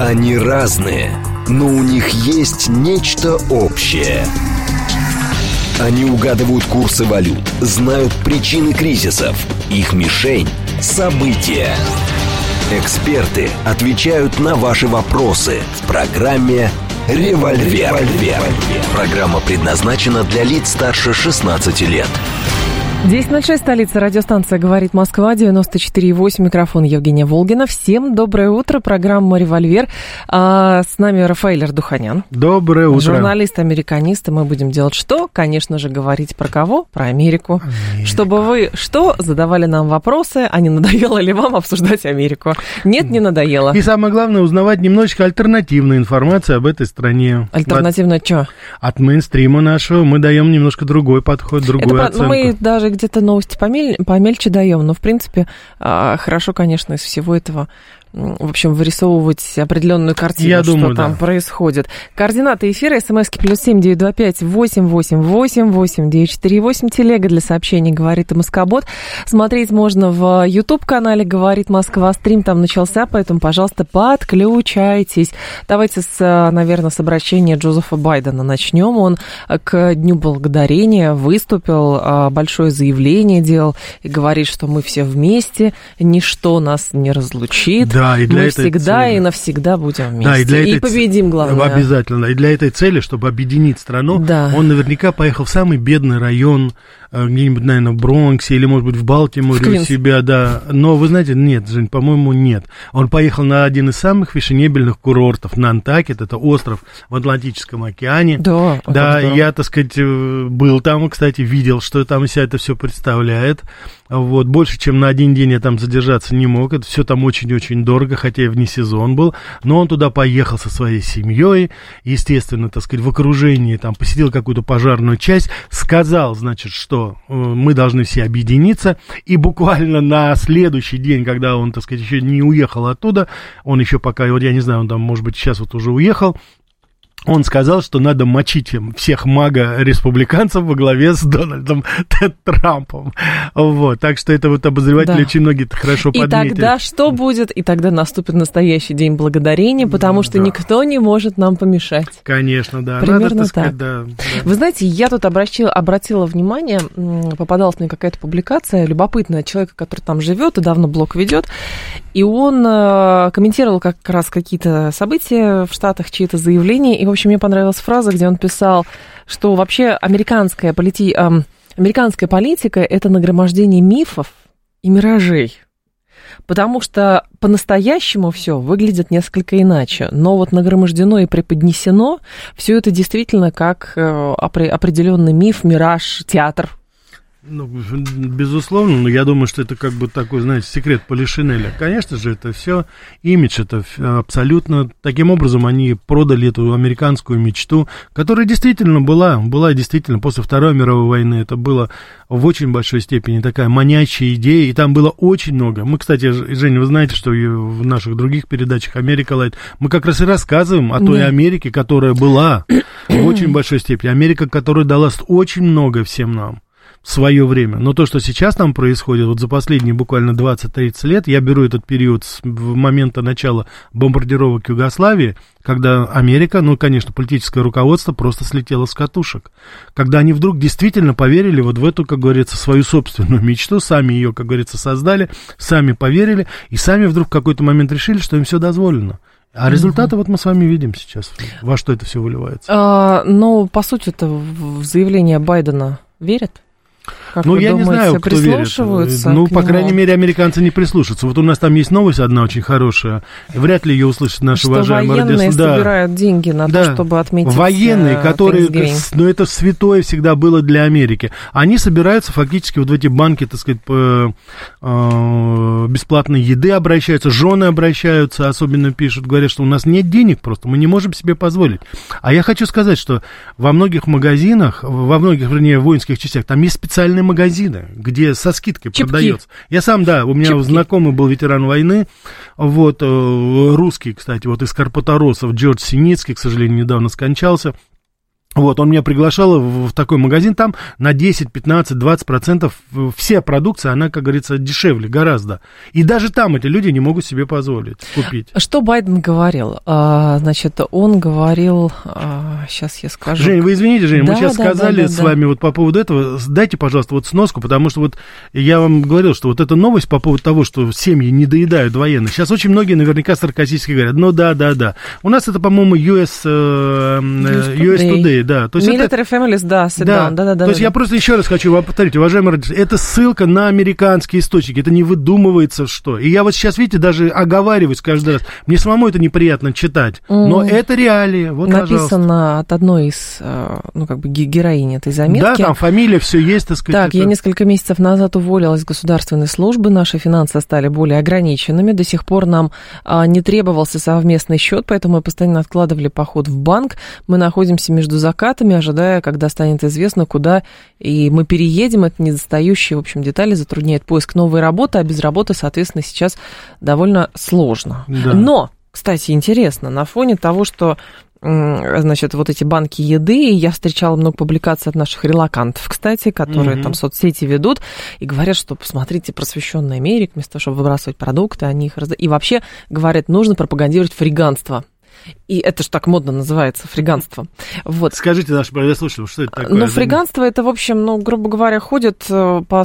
Они разные, но у них есть нечто общее. Они угадывают курсы валют, знают причины кризисов. Их мишень – события. Эксперты отвечают на ваши вопросы в программе «Револьвер». Программа предназначена для лиц старше 16 лет. 10:06, столица, радиостанция «Говорит Москва», 94,8, микрофон Евгения Волгина. Всем доброе утро, программа «Револьвер». С нами Рафаэль Ардуханян. Доброе утро. Журналист-американист, и мы будем делать что? Конечно же, говорить про кого? Про Америку. Чтобы вы задавали нам вопросы, а не надоело ли вам обсуждать Америку? Нет, не надоело. И самое главное, узнавать немножечко альтернативной информации об этой стране. Альтернативно что? От мейнстрима нашего мы даем немножко другой подход, другую оценку. Мы даже где-то новости помельче даем, но, в принципе, хорошо, конечно, из всего этого, в общем, вырисовывать определенную картину, что там происходит. Координаты эфира: смски +7 925 888 8948, телега для сообщений «Говорит МСК-бот». Смотреть можно в YouTube-канале «Говорит Москва». Стрим там начался, поэтому, пожалуйста, подключайтесь. Давайте, наверное, с обращения Джозефа Байдена начнем. Он к Дню Благодарения выступил, большое заявление делал и говорит, что мы все вместе, ничто нас не разлучит. Да, и для мы этой всегда цели. И навсегда будем вместе. Да, и победим, главное. Обязательно. И для этой цели, чтобы объединить страну, он наверняка поехал в самый бедный район, где-нибудь, наверное, в Бронксе или, может быть, в Балтиморе у себя, да. Но, вы знаете, нет, Жень, по-моему, нет. Он поехал на один из самых фешенебельных курортов, Нантакет, это остров в Атлантическом океане. Да, я, так сказать, был там, кстати, видел, что там из себя это все представляет. Вот, больше, чем на один день я там задержаться не мог. Это все там очень-очень дорого, хотя и вне сезон был. Но он туда поехал со своей семьей, естественно, так сказать, в окружении, там, посетил какую-то пожарную часть, сказал, значит, что мы должны все объединиться. И буквально на следующий день, когда он, так сказать, еще не уехал оттуда, он еще пока, вот я не знаю, он там, может быть, сейчас вот уже уехал, он сказал, что надо мочить всех мага-республиканцев во главе с Дональдом Трампом. Вот, так что это вот обозреватели очень многие хорошо подметили. И тогда что будет? И тогда наступит настоящий День Благодарения, потому что никто не может нам помешать. Конечно, да. Примерно надо, так. Так. Да. Вы знаете, я тут обратила внимание, попадалась мне какая-то публикация любопытная человека, который там живет и давно блог ведет, и он комментировал как раз какие-то события в Штатах, чьи-то заявления, и, в общем, мне понравилась фраза, где он писал, что вообще американская политика – это нагромождение мифов и миражей. Потому что по-настоящему все выглядит несколько иначе. Но вот нагромождено и преподнесено все это действительно как определенный миф, мираж, театр. Ну, безусловно, но я думаю, что это как бы такой, знаете, секрет Полишинеля. Конечно же, это все имидж, это абсолютно... Таким образом они продали эту американскую мечту, которая действительно была действительно после Второй мировой войны. Это было в очень большой степени такая манящая идея, и там было очень много. Мы, кстати, Женя, вы знаете, что в наших других передачах «Америка Лайт» мы как раз и рассказываем о той Америке, которая была в очень большой степени. Америка, которая дала очень много всем нам в свое время. Но то, что сейчас там происходит, вот за последние буквально 20-30 лет, я беру этот период с момента начала бомбардировок Югославии, когда Америка, ну, конечно, политическое руководство просто слетело с катушек. Когда они вдруг действительно поверили вот в эту, как говорится, свою собственную мечту, сами ее, как говорится, создали, сами поверили, и сами вдруг в какой-то момент решили, что им все дозволено. А результаты вот мы с вами видим сейчас. Во что это все выливается? Ну, по сути, это в заявление Байдена верят? Как ну, вы я думаете, не знаю, кто верит. Ну, по крайней мере, американцы не прислушаются. Вот у нас там есть новость одна очень хорошая. Вряд ли ее услышат наши уважаемые радиослушатели. Что военные собирают деньги на то, чтобы отметить военные, которые... Ну, это святое всегда было для Америки. Они собираются фактически вот в эти банки, так сказать, бесплатной еды обращаются, жены обращаются, особенно пишут, говорят, что у нас нет денег просто, мы не можем себе позволить. А я хочу сказать, что во многих магазинах, вернее, воинских частях, там есть специальные магазины, где со скидкой продается. Я сам, да, у меня знакомый был ветеран войны, вот, русский, кстати, вот из Карпаторосов, Джордж Синицкий, к сожалению, недавно скончался. Вот, он меня приглашал в такой магазин, там на 10, 15, 20% вся продукция, она, как говорится, дешевле гораздо. И даже там эти люди не могут себе позволить купить. Что Байден говорил? Значит, он говорил, сейчас я скажу. Жень, вы извините, Жень, мы сейчас сказали с вами вот по поводу этого, дайте, пожалуйста, вот сноску, потому что вот я вам говорил, что вот эта новость по поводу того, что семьи не доедают военных, сейчас очень многие наверняка саркастически говорят, ну да. У нас это, по-моему, US Today. Да, то есть Military Families, да, То есть я просто еще раз хочу вам повторить, уважаемые родители, это ссылка на американские источники, это не выдумывается что. И я вот сейчас, видите, даже оговариваюсь каждый раз. Мне самому это неприятно читать, но это реалии. Вот, написано пожалуйста. От одной из, героинь этой заметки. Да, там фамилия, все есть, так сказать. Так, я несколько месяцев назад уволилась с государственной службы, наши финансы стали более ограниченными, до сих пор нам не требовался совместный счет, поэтому мы постоянно откладывали поход в банк, мы находимся между закатами, ожидая, когда станет известно, куда и мы переедем. Это недостающие, в общем, детали затрудняет поиск новой работы, а без работы, соответственно, сейчас довольно сложно. Да. Но, кстати, интересно, на фоне того, что, значит, вот эти банки еды, я встречала много публикаций от наших релокантов, кстати, которые там соцсети ведут и говорят, что, посмотрите, просвещенная Америка, вместо того, чтобы выбрасывать продукты, они их раздают. И вообще, говорят, нужно пропагандировать фриганство. И это же так модно называется, фриганство. Вот. Скажите нашим радиослушателям, что это такое? Ну, фриганство, это, в общем, грубо говоря, ходят по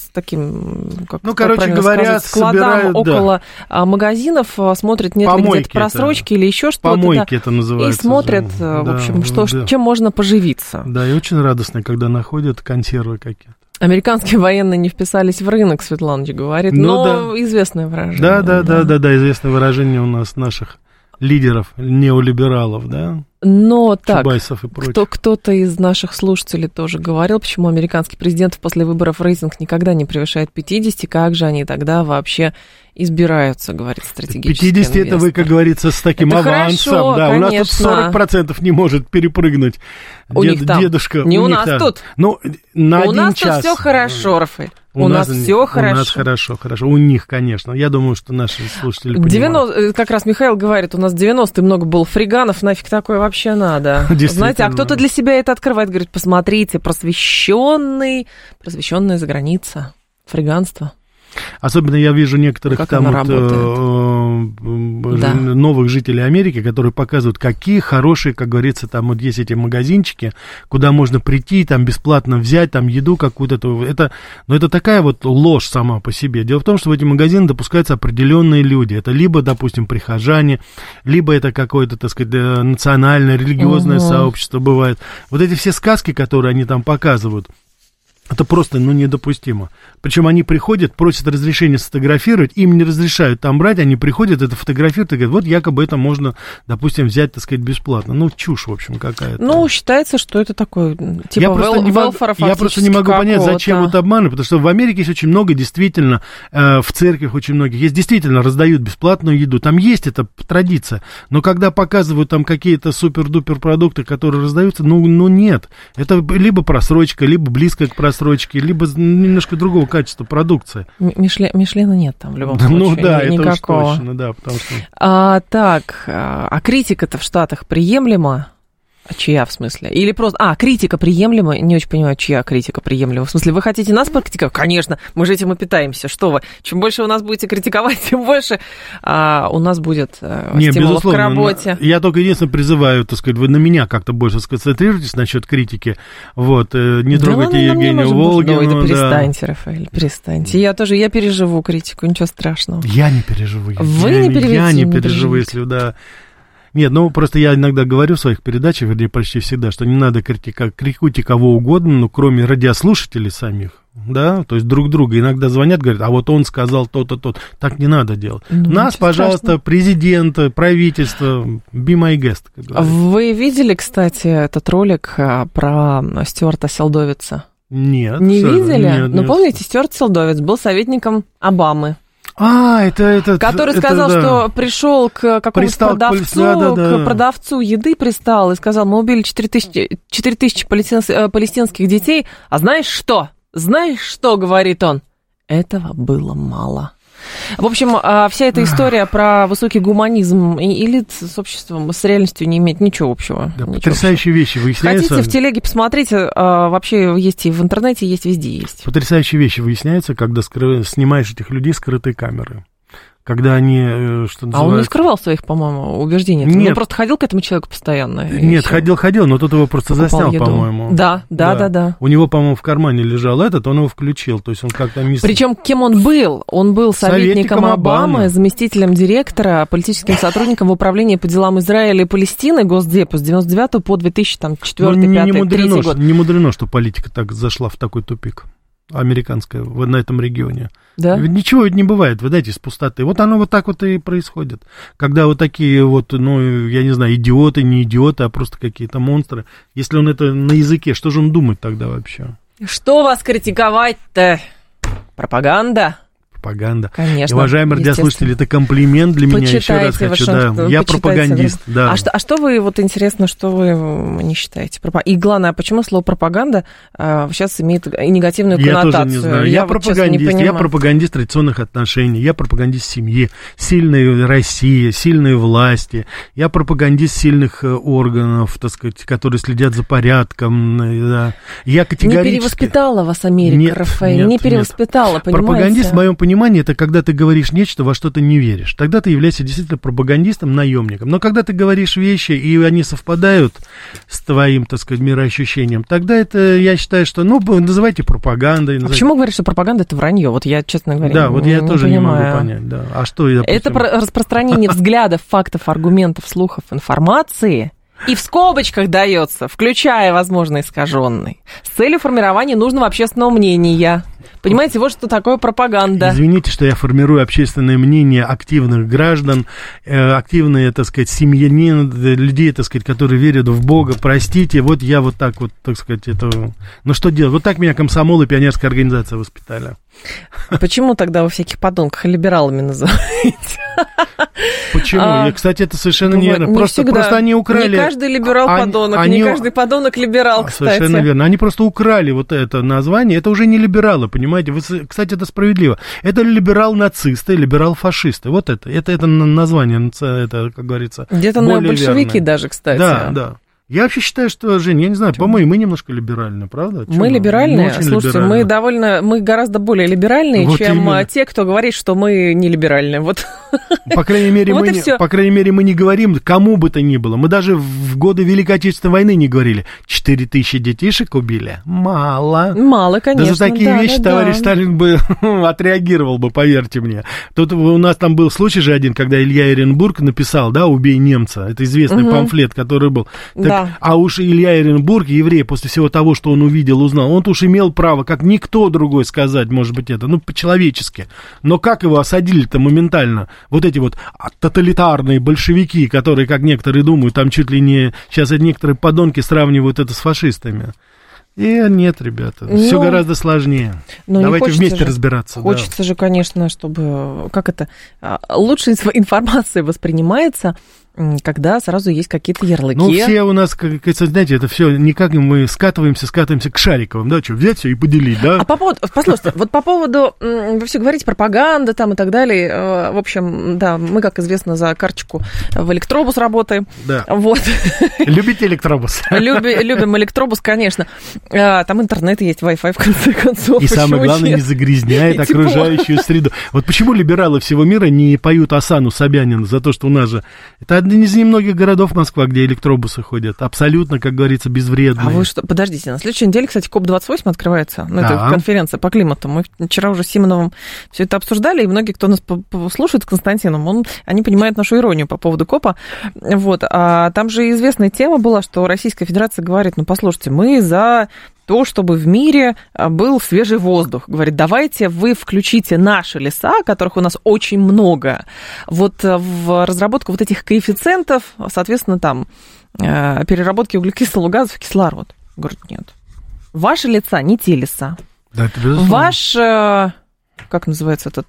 таким, короче говоря, складам собирают, около магазинов, смотрят, нет помойки ли где-то просрочки или еще что-то. Помойки это называется. И смотрят, в общем, чем можно поживиться. Да, и очень радостно, когда находят консервы какие-то. Американские военные не вписались в рынок, Светлана говорит, но известное выражение. Да, известное выражение у нас наших лидеров, неолибералов, да? Но так, Чубайсов и прочих. Кто-то из наших слушателей тоже говорил, почему американский президент после выборов рейтинг никогда не превышает 50, как же они тогда вообще избираются, говорит стратегический 50 инвестор. Это вы, как говорится, с таким это авансом. Хорошо, да, конечно. У нас тут 40% не может перепрыгнуть. Дедушка. Не у нас тут. Ну, на у один нас час. Тут все хорошо, Рафаэль. У нас все хорошо. У нас хорошо. У них, конечно. Я думаю, что наши слушатели понимают. Как раз Михаил говорит, у нас 90-е много было фриганов, нафиг такое вообще надо. Знаете, а кто-то для себя это открывает, говорит, посмотрите, просвещенная за граница, фриганство. Особенно я вижу некоторых там новых жителей Америки, которые показывают, какие хорошие, как говорится, там вот есть эти магазинчики, куда можно прийти, там бесплатно взять там еду какую-то. Это такая вот ложь сама по себе. Дело в том, что в эти магазины допускаются определенные люди. Это либо, допустим, прихожане, либо это какое-то, так сказать, национальное, религиозное сообщество бывает. Вот эти все сказки, которые они там показывают, это просто, недопустимо. Причем они приходят, просят разрешения сфотографировать, им не разрешают там брать, они приходят, это фотографируют и говорят, вот якобы это можно, допустим, взять, так сказать, бесплатно. Чушь, в общем, какая-то. Считается, что это такой, типа, я просто не могу понять, зачем вот обманывать, потому что в Америке есть очень много, действительно, в церквях очень многих, есть действительно раздают бесплатную еду, там есть эта традиция, но когда показывают там какие-то супер-дупер продукты, которые раздаются, нет. Это либо просрочка, либо близко к просрочке, либо немножко другого качества продукции. Мишлена нет там в любом случае. Никакого. Это уж точно, да, потому что... критика-то в Штатах приемлема? Чья, в смысле? Или просто... критика приемлема? Не очень понимаю, чья критика приемлема. В смысле, вы хотите нас покритиковать? Конечно, мы же этим и питаемся. Что вы? Чем больше вы нас будете критиковать, тем больше у нас будет стимулов к работе. Я только единственное призываю, так сказать, вы на меня как-то больше сконцентрируйтесь насчет критики. Вот, не трогайте Евгению Волгину. Перестаньте, Рафаэль, перестаньте. Я переживу критику, ничего страшного. Я не переживу. Вы не переживете? Я не переживу, если, да... Нет, просто я иногда говорю в своих передачах, вернее, почти всегда, что не надо критикуйте кого угодно, кроме радиослушателей самих, да, то есть друг друга иногда звонят, говорят, а вот он сказал то-то, то-то. Так не надо делать. Нас, пожалуйста, страшного. Президент, правительство, be my guest. Вы видели, кстати, этот ролик про Стюарта Селдовица? Нет. Не видели? Нет. Помните, Стюарт Селдовиц был советником Обамы. Который сказал, что пришел к какому-то продавцу еды пристал и сказал, мы убили 4000 палестинских детей, а знаешь что? Знаешь что, говорит он? Этого было мало. В общем, вся эта история про высокий гуманизм элит с обществом, с реальностью не имеет ничего общего. Да, потрясающие вещи выясняются. Хотите, в телеге посмотрите, вообще есть и в интернете, есть везде есть. Потрясающие вещи выясняются, когда снимаешь этих людей скрытой камеры. Когда они, что называется... А он не скрывал своих, по-моему, убеждений. Нет. Он просто ходил к этому человеку постоянно. Нет, ходил, но тот его просто заснял, еду. По-моему. Да. У него, по-моему, в кармане лежал этот, он его включил. То есть он как-то... Причем кем он был? Он был советником Обамы, заместителем директора, политическим сотрудником в управлении по делам Израиля и Палестины, Госдепу с 99 по 2004-2005 год. Не мудрено, что политика так зашла в такой тупик. Американская, на этом регионе. Да? Ведь ничего ведь не бывает, вы знаете, из пустоты. Вот оно вот так вот и происходит. Когда вот такие вот, ну, я не знаю, идиоты, не идиоты, а просто какие-то монстры. Если он это на языке, что же он думает тогда вообще? Что вас критиковать-то? Пропаганда? Пропаганда. Конечно. Уважаемые радиослушатели, это комплимент для меня. Еще раз хочу, да. Я пропагандист, да. А что вы, вот интересно, что вы не считаете? И главное, почему слово пропаганда сейчас имеет негативную коннотацию? Я тоже не знаю. Я пропагандист, я пропагандист традиционных отношений, я пропагандист семьи, сильной России, сильной власти, я пропагандист сильных органов, так сказать, которые следят за порядком. Да. Я категорически... Не перевоспитала вас Америка, Рафаэль, не перевоспитала, понимаете? Пропагандист, в моем понимании, это когда ты говоришь нечто, во что ты не веришь. Тогда ты являешься действительно пропагандистом, наемником. Но когда ты говоришь вещи, и они совпадают с твоим, так сказать, мироощущением, тогда это, я считаю, что, ну, называйте пропагандой. А почему говорят, что пропаганда — это вранье? Вот я, честно говоря, да, вот я не тоже понимаю. Не могу понять, да. А что, допустим... Это распространение взглядов, фактов, аргументов, слухов, информации. И в скобочках дается, включая, возможно, искаженный, с целью формирования нужного общественного мнения. Понимаете, вот что такое пропаганда. Извините, что я формирую общественное мнение активных граждан, активные, так сказать, семьянин, людей, так сказать, которые верят в Бога. Простите, вот я вот так вот, так сказать, это... Ну что делать? Вот так меня комсомол и пионерская организация воспитали. Почему тогда вы всяких подонках либералами называете? Почему? Кстати, это совершенно неверно. Просто они украли... Не каждый либерал подонок, не каждый подонок либерал, кстати. Совершенно верно. Они просто украли вот это название. Это уже не либералы, понимаете? Кстати, это справедливо. Это либерал-нацисты, либерал-фашисты. Вот это название, это, как говорится, где-то на большевики даже, кстати. Да. Я вообще считаю, что, Жень, я не знаю, по-моему, мы немножко либеральны, правда? Мы либеральные? Слушайте, либеральны. мы гораздо более либеральные, вот чем именно. Те, кто говорит, что мы не либеральны. Вот. По крайней мере, мы не говорим кому бы то ни было. Мы даже в годы Великой Отечественной войны не говорили. 4000 детишек убили? Мало. Мало, конечно. Да за такие вещи товарищ Сталин бы отреагировал бы, поверьте мне. Тут у нас там был случай же один, когда Илья Эренбург написал, да, «Убей немца». Это известный памфлет, который был. А уж Илья Эренбург, еврей, после всего того, что он увидел, узнал, он уж имел право, как никто другой, сказать, может быть, это, ну, по-человечески. Но как его осадили-то моментально? Вот эти вот тоталитарные большевики, которые, как некоторые думают, там чуть ли не... Сейчас некоторые подонки сравнивают это с фашистами. Нет, ребята, все гораздо сложнее. Давайте вместе разбираться. Хочется же, конечно, чтобы... Лучше информация воспринимается, когда сразу есть какие-то ярлыки. Ну, все у нас, как говорится, знаете, это все никак мы скатываемся к Шариковым, да, что, взять все и поделить, да? Послушайте, вот по поводу, вы все говорите, пропаганда там и так далее, в общем, да, мы, как известно, за карточку в электробус работаем. Да. Вот. Любите электробус? Любим электробус, конечно. Там интернет есть, Wi-Fi, в конце концов. И самое главное, не загрязняет окружающую среду. Вот почему либералы всего мира не поют Осану Собянина за то, что у нас же... Это один из немногих городов Москва, где электробусы ходят. Абсолютно, как говорится, безвредные. А вы что? Подождите, на следующей неделе, кстати, КОП-28 открывается. Ну, это конференция по климату. Мы вчера уже с Симоновым все это обсуждали, и многие, кто нас слушает, с Константином, они понимают нашу иронию по поводу КОПа. Вот. А там же известная тема была, что Российская Федерация говорит, ну, послушайте, мы за... то, чтобы в мире был свежий воздух. Говорит, давайте вы включите наши леса, которых у нас очень много, вот в разработку вот этих коэффициентов, соответственно, там, переработки углекислого газа в кислород. Говорит, нет. Ваши леса не те леса. Да, это безусловно. Ваш, как называется этот...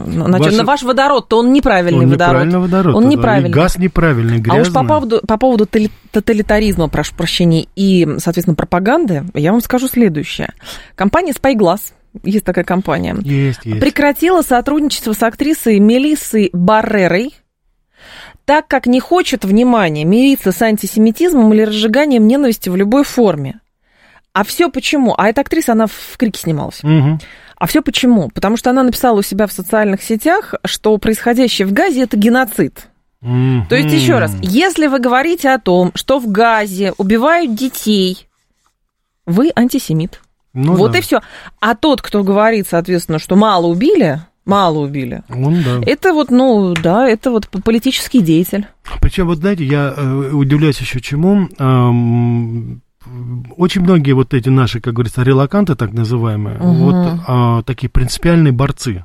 Ваш водород, то он неправильный водород. Он неправильный. Газ неправильный, грязный. А уж по поводу тоталитаризма, прошу прощения, и, соответственно, пропаганды, я вам скажу следующее. Компания Spyglass есть такая компания, есть. прекратила сотрудничество с актрисой Мелиссой Баррерой, так как не хочет, внимания, мириться с антисемитизмом или разжиганием ненависти в любой форме. А все почему? А эта актриса, она в «Крике» снималась. Угу. А все почему? Потому что она написала у себя в социальных сетях, что происходящее в Газе – это геноцид. То есть, еще раз, если вы говорите о том, что в Газе убивают детей, вы антисемит. Ну, вот да. и все. А тот, кто говорит, соответственно, что мало убили, это вот, это вот политический деятель. Причем, вот знаете, я удивляюсь еще чему. Очень многие вот эти наши, как говорится, релоканты, так называемые, вот такие принципиальные борцы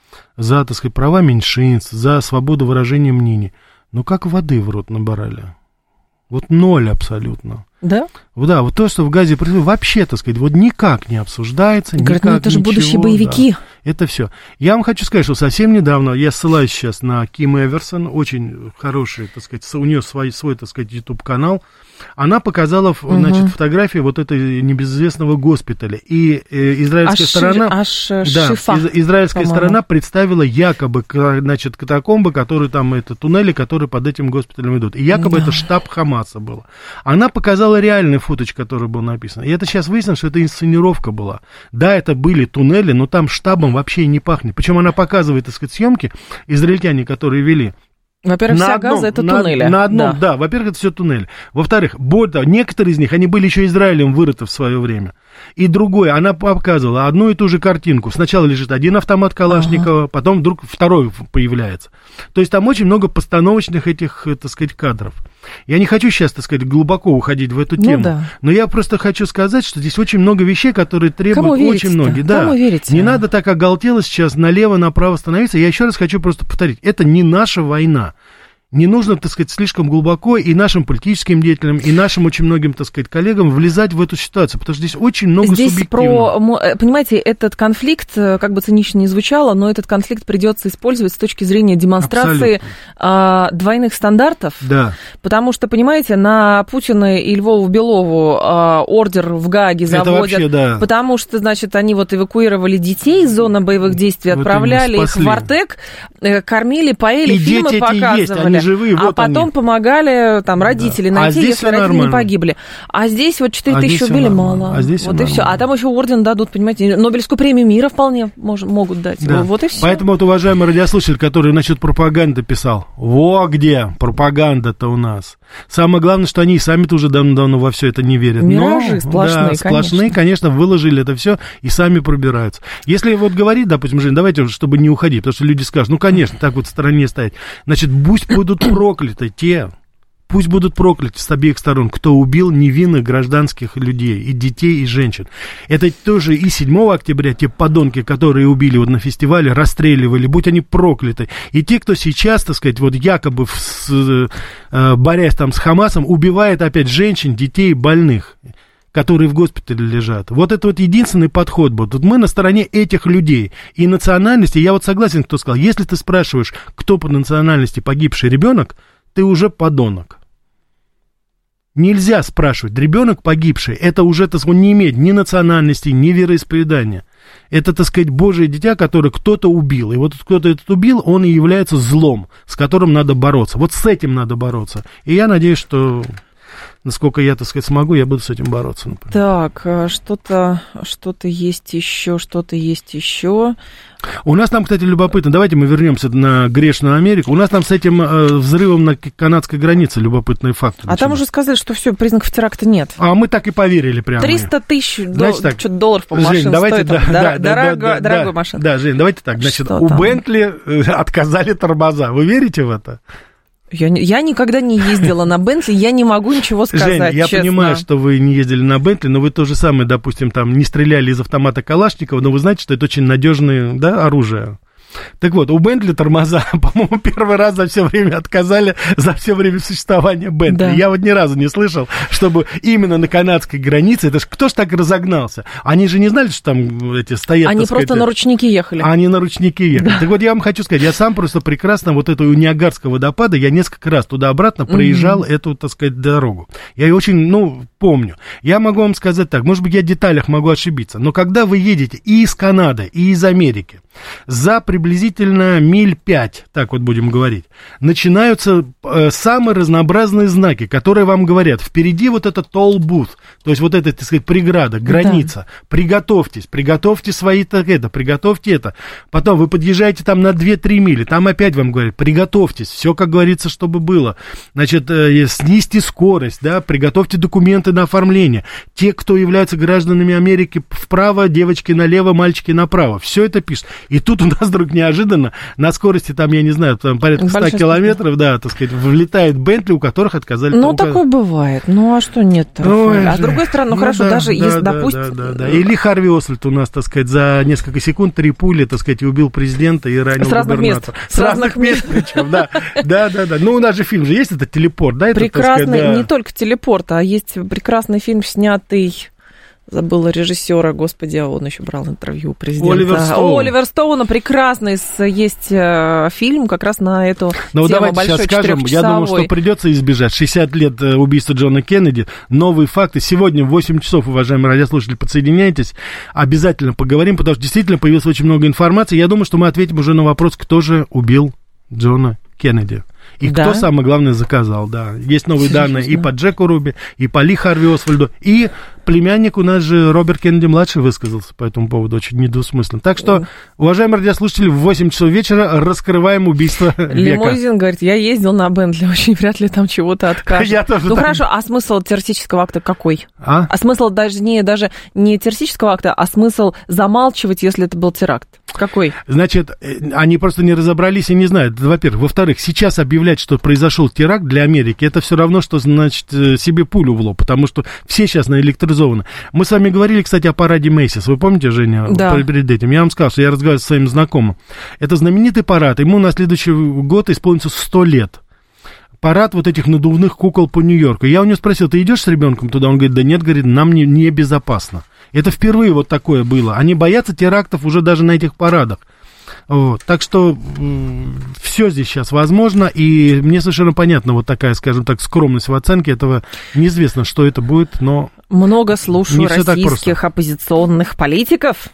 за, так сказать, права меньшинств, за свободу выражения мнений. Ну, как воды в рот набрали. Вот ноль абсолютно. Да? Да, вот то, что в Газе происходит, вообще, так сказать, вот никак не обсуждается. Говорят, это же будущие боевики. Да, это все. Я вам хочу сказать, что совсем недавно, я ссылаюсь сейчас на Ким Эверсон, очень хороший, так сказать, у нее свой, так сказать, YouTube-канал. Она показала, значит, фотографии вот этой небезызвестного госпиталя. И израильская сторона... Шифа, израильская сторона представила якобы, значит, катакомбы, которые там, это туннели, которые под этим госпиталем идут. И якобы это штаб Хамаса был. Она показала реальный футаж, который был написан. И это сейчас выяснилось, что это инсценировка была. Да, это были туннели, но там штабом вообще и не пахнет. Причем она показывает, так сказать, съемки, израильтяне, которые вели. Во-первых, вся Газа — это туннели. На одном, да, во-первых, это все туннели. Во-вторых, некоторые из них, они были еще Израилем вырыты в свое время. И другое, она показывала одну и ту же картинку. Сначала лежит один автомат Калашникова, потом вдруг второй появляется. То есть там очень много постановочных этих, так сказать, кадров. Я не хочу сейчас, так сказать, глубоко уходить в эту тему, но я просто хочу сказать, что здесь очень много вещей, которые требуют очень многие. Да. Кому верите? Не надо так оголтело сейчас налево-направо становиться. Я еще раз хочу просто повторить, это не наша война. Не нужно, так сказать, слишком глубоко и нашим политическим деятелям, и нашим очень многим, так сказать, коллегам влезать в эту ситуацию, потому что здесь очень много субъективного. Понимаете, этот конфликт, как бы цинично ни звучало, но этот конфликт придется использовать с точки зрения демонстрации двойных стандартов, потому что, понимаете, на Путина и Львову-Белову ордер в Гааге заводят, вообще, потому что, значит, они вот эвакуировали детей из зоны боевых действий, отправляли их в Артек, кормили, поели, фильмы показывали. Живые, вот потом помогали там родители найти, если родители нормально. Не погибли. А здесь вот 4 тысячи убили, мало. Вот и все. А там еще орден дадут, понимаете, Нобелевскую премию мира вполне могут дать. Да. Вот и все. Поэтому вот уважаемый радиослушатель, который насчет пропаганды писал, где пропаганда-то у нас. Самое главное, что они сами-то уже давно во все это не верят. Миражи сплошные, конечно, выложили это все и сами пробираются. Если вот говорить, допустим, Жень, давайте, чтобы не уходить, потому что люди скажут, конечно, так вот в стороне стоять. Значит, пусть будут прокляты пусть будут прокляты с обеих сторон, кто убил невинных гражданских людей, и детей, и женщин. Это тоже и 7 октября те подонки, которые убили вот на фестивале, расстреливали, будь они прокляты. И те, кто сейчас, так сказать, вот якобы борясь там с Хамасом, убивает опять женщин, детей, больных, которые в госпитале лежат. Вот это вот единственный подход был. Тут мы на стороне этих людей. И национальности, я вот согласен, кто сказал, если ты спрашиваешь, кто по национальности погибший ребенок, ты уже подонок. Нельзя спрашивать, ребенок погибший, это уже, так сказать, он не имеет ни национальности, ни вероисповедания. Это, так сказать, Божие дитя, которое кто-то убил. И вот кто-то этот убил, он и является злом, с которым надо бороться. Вот с этим надо бороться. И я надеюсь, что... Насколько я, так сказать, смогу, я буду с этим бороться. Например. Так, что-то есть еще. У нас там, кстати, любопытно, давайте мы вернемся на грешную Америку. У нас там с этим взрывом на канадской границе любопытные факты. А там уже сказали, что все, признаков теракта нет. А мы так и поверили прямо. 300 тысяч долларов по машине стоит. Дорогой машина. Да, Жень, давайте так. Значит, у Бентли отказали тормоза. Вы верите в это? Я никогда не ездила на Бентли, я не могу ничего сказать, Жень, я понимаю, что вы не ездили на Бентли, но вы то же самое, допустим, там не стреляли из автомата Калашникова, но вы знаете, что это очень надежное, оружие. Так вот, у Бентли тормоза, по-моему, первый раз за все время отказали, за все время существования Бентли. Да. Я вот ни разу не слышал, чтобы именно на канадской границе, это ж кто ж так разогнался? Они же не знали, что там эти стоят... Они просто на ручники ехали. Они на ручники ехали. Да. Так вот, я вам хочу сказать, я сам просто прекрасно вот эту у Ниагарского водопада, я несколько раз туда-обратно проезжал эту, так сказать, дорогу. Я очень, помню. Я могу вам сказать так, может быть, я в деталях могу ошибиться, но когда вы едете и из Канады, и из Америки, за приблизительно миль 5, так вот будем говорить, начинаются самые разнообразные знаки, которые вам говорят, впереди вот это toll booth, то есть вот эта, так сказать, преграда, граница, приготовьтесь, приготовьте свои, так это, приготовьте это. Потом вы подъезжаете там на 2-3 мили, там опять вам говорят, приготовьтесь, все, как говорится, чтобы было. Значит, снизьте скорость, да, приготовьте документы на оформление. Те, кто являются гражданами Америки, вправо, девочки налево, мальчики направо. Все это пишет. И тут у нас вдруг неожиданно на скорости, там, я не знаю, там порядка 100 километров, да, так сказать, влетает Бентли, у которых отказали. Ну, такое бывает. Ну, а что нет-то? А с другой стороны, ну, хорошо, даже если, допустим... Да. Или Харви Освальд у нас, так сказать, за несколько секунд 3 пули, так сказать, убил президента и ранил губернатора. С разных мест причем, да. Ну, у нас же фильм же есть, это «Телепорт», да? Прекрасный, не только «Телепорт», а есть прекрасный фильм, снятый... Забыла режиссера, господи, он еще брал интервью у президента. Оливер Стоуна, прекрасный есть фильм как раз на эту тему. Давайте большой, сейчас скажем, я думаю, что придется избежать 60 лет убийства Джона Кеннеди, новые факты. Сегодня в 8 часов, уважаемые радиослушатели, подсоединяйтесь, обязательно поговорим, потому что действительно появилось очень много информации. Я думаю, что мы ответим уже на вопрос, кто же убил Джона Кеннеди. И кто, самое главное, заказал, да. Есть новые данные и по Джеку Руби, и по Ли Харви Освальду, и племянник у нас же Роберт Кеннеди-младший высказался по этому поводу очень недвусмысленно. Так что, уважаемые радиослушатели, в 8 часов вечера раскрываем убийство века. Лимузин говорит, я ездил на Бентли, очень вряд ли там чего-то откажут. Я тоже так... хорошо, а смысл террористического акта какой? А смысл даже не террористического акта, а смысл замалчивать, если это был теракт? Какой? Значит, они просто не разобрались и не знают, во-первых. Во-вторых, сейчас объявлять, что произошел теракт для Америки, это все равно, что, значит, себе пулю в лоб, потому что все сейчас наэлектризованы. Мы с вами говорили, кстати, о параде Мэйсис. Вы помните, Женя, перед этим? Я вам сказал, что я разговаривал со своим знакомым. Это знаменитый парад, ему на следующий год исполнится 100 лет. Парад вот этих надувных кукол по Нью-Йорку. Я у него спросил, ты идешь с ребенком туда? Он говорит, да нет, говорит, нам не безопасно. Это впервые вот такое было. Они боятся терактов уже даже на этих парадах. Вот. Так что все здесь сейчас возможно, и мне совершенно понятна вот такая, скажем так, скромность в оценке этого. Неизвестно, что это будет, но... Много слушаю российских оппозиционных политиков.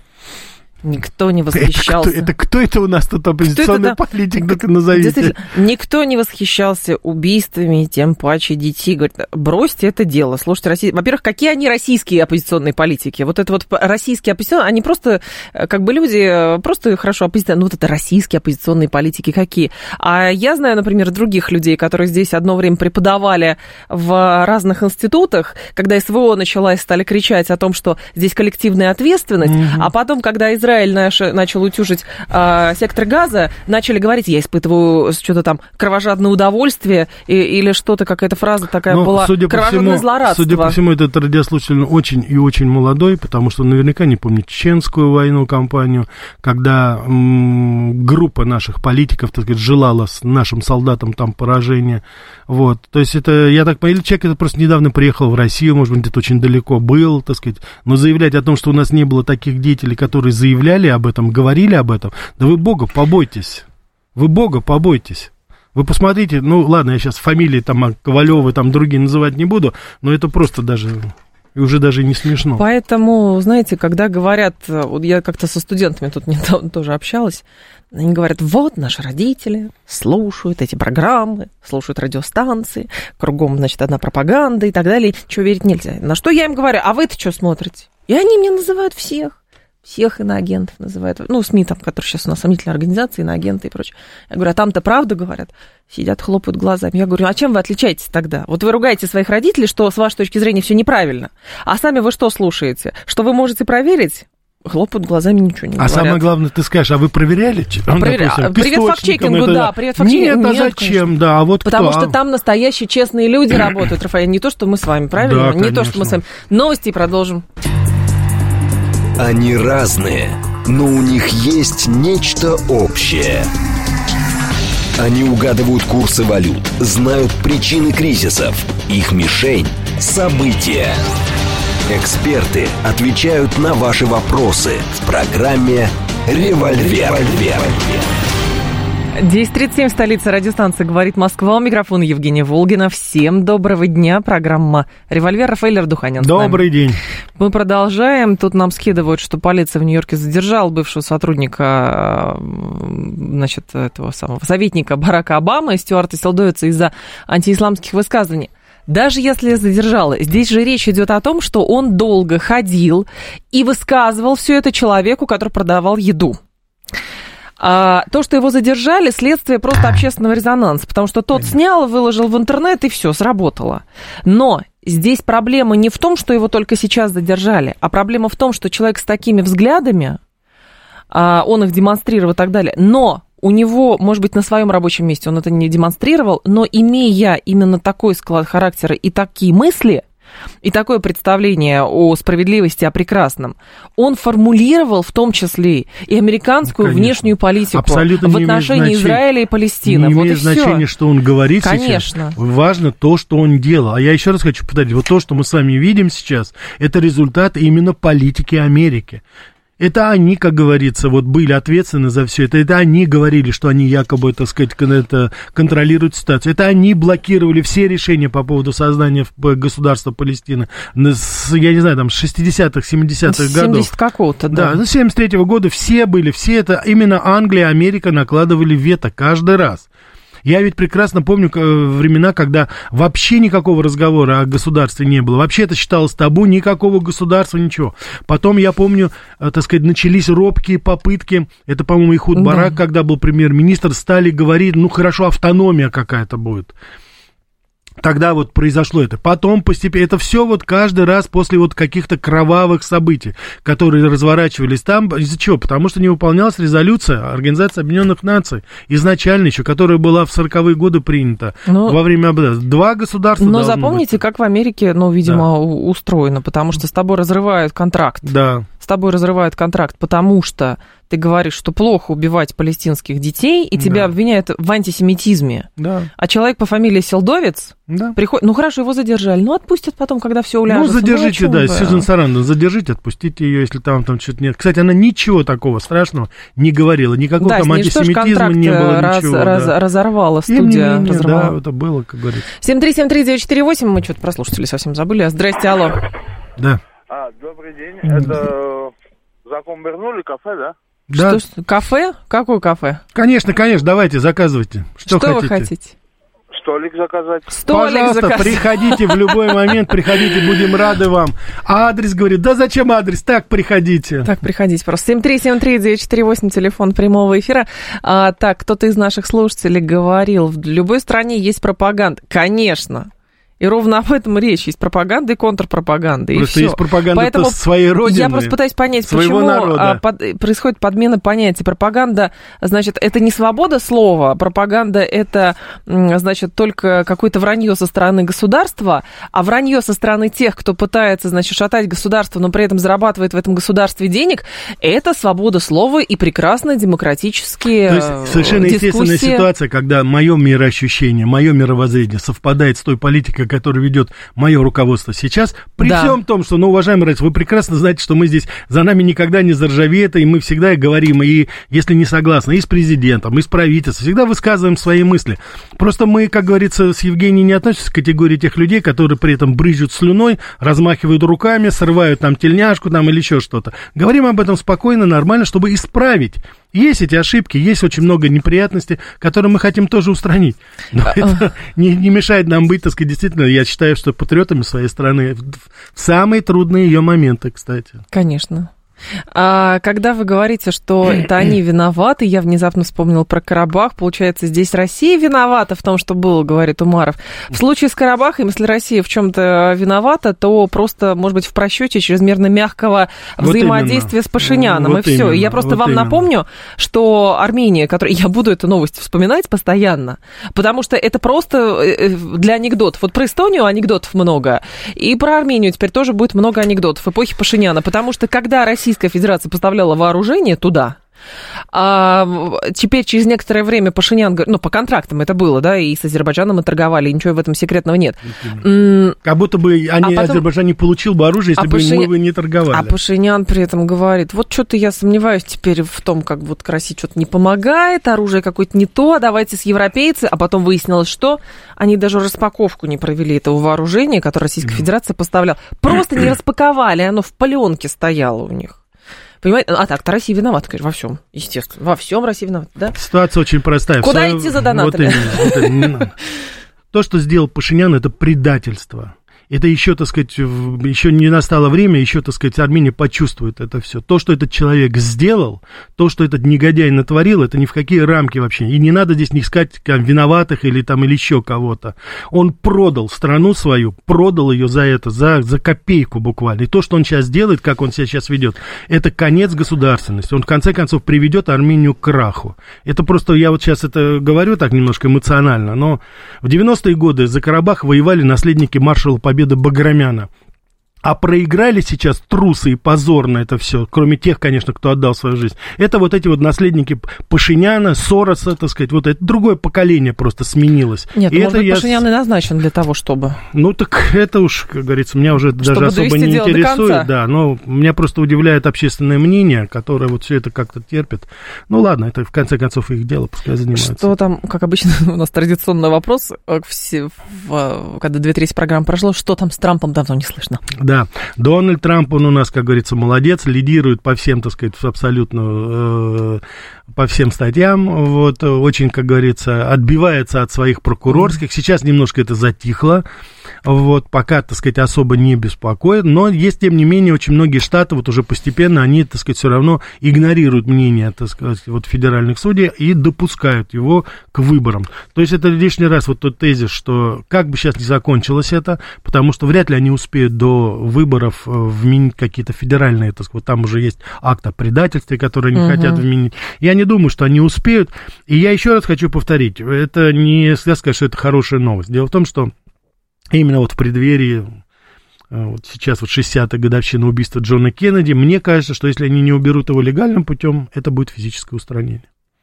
Никто не восхищался. Кто это у нас тут оппозиционный политик, так назовите? Никто не восхищался убийствами, тем паче детей. Говорит, бросьте это дело. Слушайте, во-первых, какие они российские оппозиционные политики? Вот это вот российские оппозиционные, они просто, как бы люди, просто хорошо оппозиционные. Ну, вот это российские оппозиционные политики какие? А я знаю, например, других людей, которые здесь одно время преподавали в разных институтах, когда СВО началась, стали кричать о том, что здесь коллективная ответственность, а потом, когда Израиль начал утюжить сектор Газа, начали говорить, я испытываю что-то там кровожадное удовольствие, или что-то, какая-то фраза такая была, кровожадное злорадство. Судя по всему, этот радиослушатель очень и очень молодой, потому что наверняка не помнит чеченскую войну, кампанию, когда группа наших политиков, так сказать, желала с нашим солдатам там поражения. Вот. То есть это, я так понял, человек это просто недавно приехал в Россию, может быть, где-то очень далеко был, так сказать, но заявлять о том, что у нас не было таких деятелей, которые заявляли об этом, говорили об этом, да вы Бога побойтесь. Вы Бога побойтесь. Вы посмотрите, ну ладно, я сейчас фамилии там Ковалёвы, там другие называть не буду, но это просто даже... И уже даже не смешно. Поэтому, знаете, когда говорят, вот я как-то со студентами тут недавно тоже общалась, они говорят, вот наши родители слушают эти программы, слушают радиостанции, кругом, значит, одна пропаганда и так далее, чего верить нельзя. На что я им говорю, а вы-то что смотрите? И они мне называют всех иноагентов называют, ну, СМИ там, которые сейчас у нас сомнительные организации, иноагенты и прочее. Я говорю, а там-то правду говорят? Сидят, хлопают глазами. Я говорю, а чем вы отличаетесь тогда? Вот вы ругаете своих родителей, что с вашей точки зрения все неправильно, а сами вы что слушаете? Что вы можете проверить? Хлопают глазами, ничего не говорят. А самое главное, ты скажешь, а вы проверяли? Привет фактчекингу, да, привет фактчекингу. Нет, а зачем, конечно. Да, а вот потому кто? Что там настоящие честные люди работают, Рафаэль, не то, что мы с вами, правильно? Да, не то, что мы с вами. Новости продолжим. Они разные, но у них есть нечто общее. Они угадывают курсы валют, знают причины кризисов. Их мишень – события. Эксперты отвечают на ваши вопросы в программе «Револьвер». 10:37 в столице, радиостанции «Говорит Москва». У микрофона Евгения Волгина. Всем доброго дня. Программа «Револьвер». Рафаэль Ардуханян. Добрый день. Мы продолжаем. Тут нам скидывают, что полиция в Нью-Йорке задержала бывшего сотрудника, значит, этого самого советника Барака Обамы, Стюарта Селдовица, из-за антиисламских высказываний. Даже если задержала, здесь же речь идет о том, что он долго ходил и высказывал все это человеку, который продавал еду. То, что его задержали, следствие просто общественного резонанса, потому что тот снял, выложил в интернет, и все, сработало. Но здесь проблема не в том, что его только сейчас задержали, а проблема в том, что человек с такими взглядами, он их демонстрировал и так далее, но у него, может быть, на своем рабочем месте он это не демонстрировал, но имея именно такой склад характера и такие мысли, и такое представление о справедливости, о прекрасном, он формулировал в том числе и американскую внешнюю политику в отношении Израиля и Палестины. Не имеет значения, что он говорит сейчас. Важно то, что он делал. А я еще раз хочу повторить, вот то, что мы с вами видим сейчас, это результат именно политики Америки. Это они, как говорится, вот были ответственны за все это. Это они говорили, что они якобы, так сказать, контролируют ситуацию. Это они блокировали все решения по поводу создания государства Палестины. Я не знаю, там, с 60-х, 70-х годов. 70 какого-то, да. Да, с 73-го года все это именно Англия, Америка накладывали вето каждый раз. Я ведь прекрасно помню времена, когда вообще никакого разговора о государстве не было. Вообще это считалось табу, никакого государства, ничего. Потом, я помню, так сказать, начались робкие попытки. Это, по-моему, Ихуд Барак, когда был премьер-министр, стали говорить, ну, хорошо, автономия какая-то будет. Тогда вот произошло это. Потом постепенно, это все вот каждый раз после вот каких-то кровавых событий, которые разворачивались там. Из-за чего? Потому что не выполнялась резолюция Организации Объединенных Наций, изначально еще, которая была в 40-е годы принята во время два государства. Но запомните, быть. Как в Америке, видимо, устроено, потому что с тобой разрывают контракт. Да. С тобой разрывают контракт, потому что ты говоришь, что плохо убивать палестинских детей, и тебя обвиняют в антисемитизме. Да. А человек по фамилии Селдовец приходит... хорошо, его задержали. Отпустят потом, когда все уляжется. Задержите, Сьюзан Сарандон, задержите, отпустите ее, если там что-то нет. Кстати, она ничего такого страшного не говорила, никакого там антисемитизма не было, ничего. Разорвала, студия разорвала. Да, это было, как говорится. 7373948, мы что-то прослушали, совсем забыли. Здрасте, алло. Да. Добрый день, это закон вернули, кафе, да? Да. Что, кафе? Какое кафе? Конечно, давайте, заказывайте. Что вы хотите? Столик заказать. Пожалуйста, приходите в любой момент, приходите, будем рады вам. А адрес, говорит, да зачем адрес? Так, приходите. Так, приходите просто. 7373948, телефон прямого эфира. Так, кто-то из наших слушателей говорил, в любой стране есть пропаганда. Конечно. И ровно об этом речь. Есть пропаганда и контрпропаганда. Просто и есть пропаганда своей родины. Я просто пытаюсь понять, почему происходит подмена понятий. Пропаганда, значит, это не свобода слова. Пропаганда это, значит, только какое-то вранье со стороны государства, а вранье со стороны тех, кто пытается, значит, шатать государство, но при этом зарабатывает в этом государстве денег, это свобода слова и прекрасные демократические дискуссии. То есть совершенно естественная ситуация, когда мое мироощущение, мое мировоззрение совпадает с той политикой, который ведет мое руководство сейчас, при всем том, что, уважаемые родители, вы прекрасно знаете, что мы здесь, за нами никогда не заржавеет, и мы всегда говорим, и если не согласны, и с президентом, и с правительством, всегда высказываем свои мысли. Просто мы, как говорится, с Евгением не относимся к категории тех людей, которые при этом брызжут слюной, размахивают руками, срывают там тельняшку там, или еще что-то. Говорим об этом спокойно, нормально, чтобы исправить. Есть эти ошибки, есть очень много неприятностей, которые мы хотим тоже устранить. Но это не мешает нам быть, так сказать, действительно, я считаю, что патриотами своей страны в самые трудные ее моменты, кстати. Конечно. А когда вы говорите, что это они виноваты, я внезапно вспомнила про Карабах, получается, здесь Россия виновата в том, что было, говорит Умаров. В случае с Карабахом, если Россия в чем-то виновата, то просто, может быть, в просчете чрезмерно мягкого взаимодействия с Пашиняном, и все. И я просто вам напомню, что Армения, я буду эту новость вспоминать постоянно, потому что это просто для анекдотов. Вот про Эстонию анекдотов много, и про Армению теперь тоже будет много анекдотов эпохи Пашиняна, потому что когда Российская Федерация поставляла вооружение туда, Теперь через некоторое время Пашинян говорит, ну, по контрактам это было, да, и с Азербайджаном мы торговали, и ничего в этом секретного нет. Как будто бы Азербайджан не получил бы оружие, если бы мы не торговали. А Пашинян при этом говорит, вот что-то я сомневаюсь теперь в том, как вот к России что-то не помогает, оружие какое-то не то, давайте с европейцы, а потом выяснилось, что они даже распаковку не провели этого вооружения, которое Российская Федерация поставляла. Просто не распаковали, оно в пленке стояло у них. Понимаете? А так-то Россия виновата, конечно, во всем, естественно. Во всем Россия виновата, да? Ситуация очень простая. Куда идти за донатами? То, что сделал Пашинян, это предательство. Это еще, так сказать, еще не настало время, еще, так сказать, Армения почувствует это все. То, что этот человек сделал, то, что этот негодяй натворил, это ни в какие рамки вообще. И не надо здесь не искать там, виноватых или еще кого-то. Он продал страну свою, продал ее за это, за копейку буквально. И то, что он сейчас делает, как он себя сейчас ведет, это конец государственности. Он, в конце концов, приведет Армению к краху. Это просто, я вот сейчас это говорю так немножко эмоционально, но в 90-е годы за Карабах воевали наследники маршала Победы Баграмяна. А проиграли сейчас трусы и позорно это все, кроме тех, конечно, кто отдал свою жизнь. Это вот эти вот наследники Пашиняна, Сороса, так сказать, вот это другое поколение просто сменилось. Нет, и может быть, Пашинян и назначен для того, чтобы... Ну, так это уж, как говорится, меня уже даже особо не интересует. Да, но меня просто удивляет общественное мнение, которое вот все это как-то терпит. Ну, ладно, это в конце концов их дело, пускай занимаются. Что там, как обычно, у нас традиционный вопрос, когда 2/3 программы прошло, что там с Трампом, давно не слышно. Да, Дональд Трамп, он у нас, как говорится, молодец, лидирует по всем, так сказать, абсолютно по всем статьям, вот, очень, как говорится, отбивается от своих прокурорских, сейчас немножко это затихло, вот, пока, так сказать, особо не беспокоит, но есть, тем не менее, очень многие штаты, вот уже постепенно, они, так сказать, все равно игнорируют мнение, так сказать, вот, федеральных судей и допускают его к выборам. То есть это лишний раз вот тот тезис, что как бы сейчас не закончилось это, потому что вряд ли они успеют до выборов вменить какие-то федеральные, так сказать, вот там уже есть акт о предательстве, который они хотят вменить. Я не думаю, что они успеют. И я еще раз хочу повторить, это не я сказать, что это хорошая новость. Дело в том, что именно вот в преддверии вот сейчас вот 60-я годовщина убийства Джона Кеннеди, мне кажется, что если они не уберут его легальным путем, это будет физическое устранение.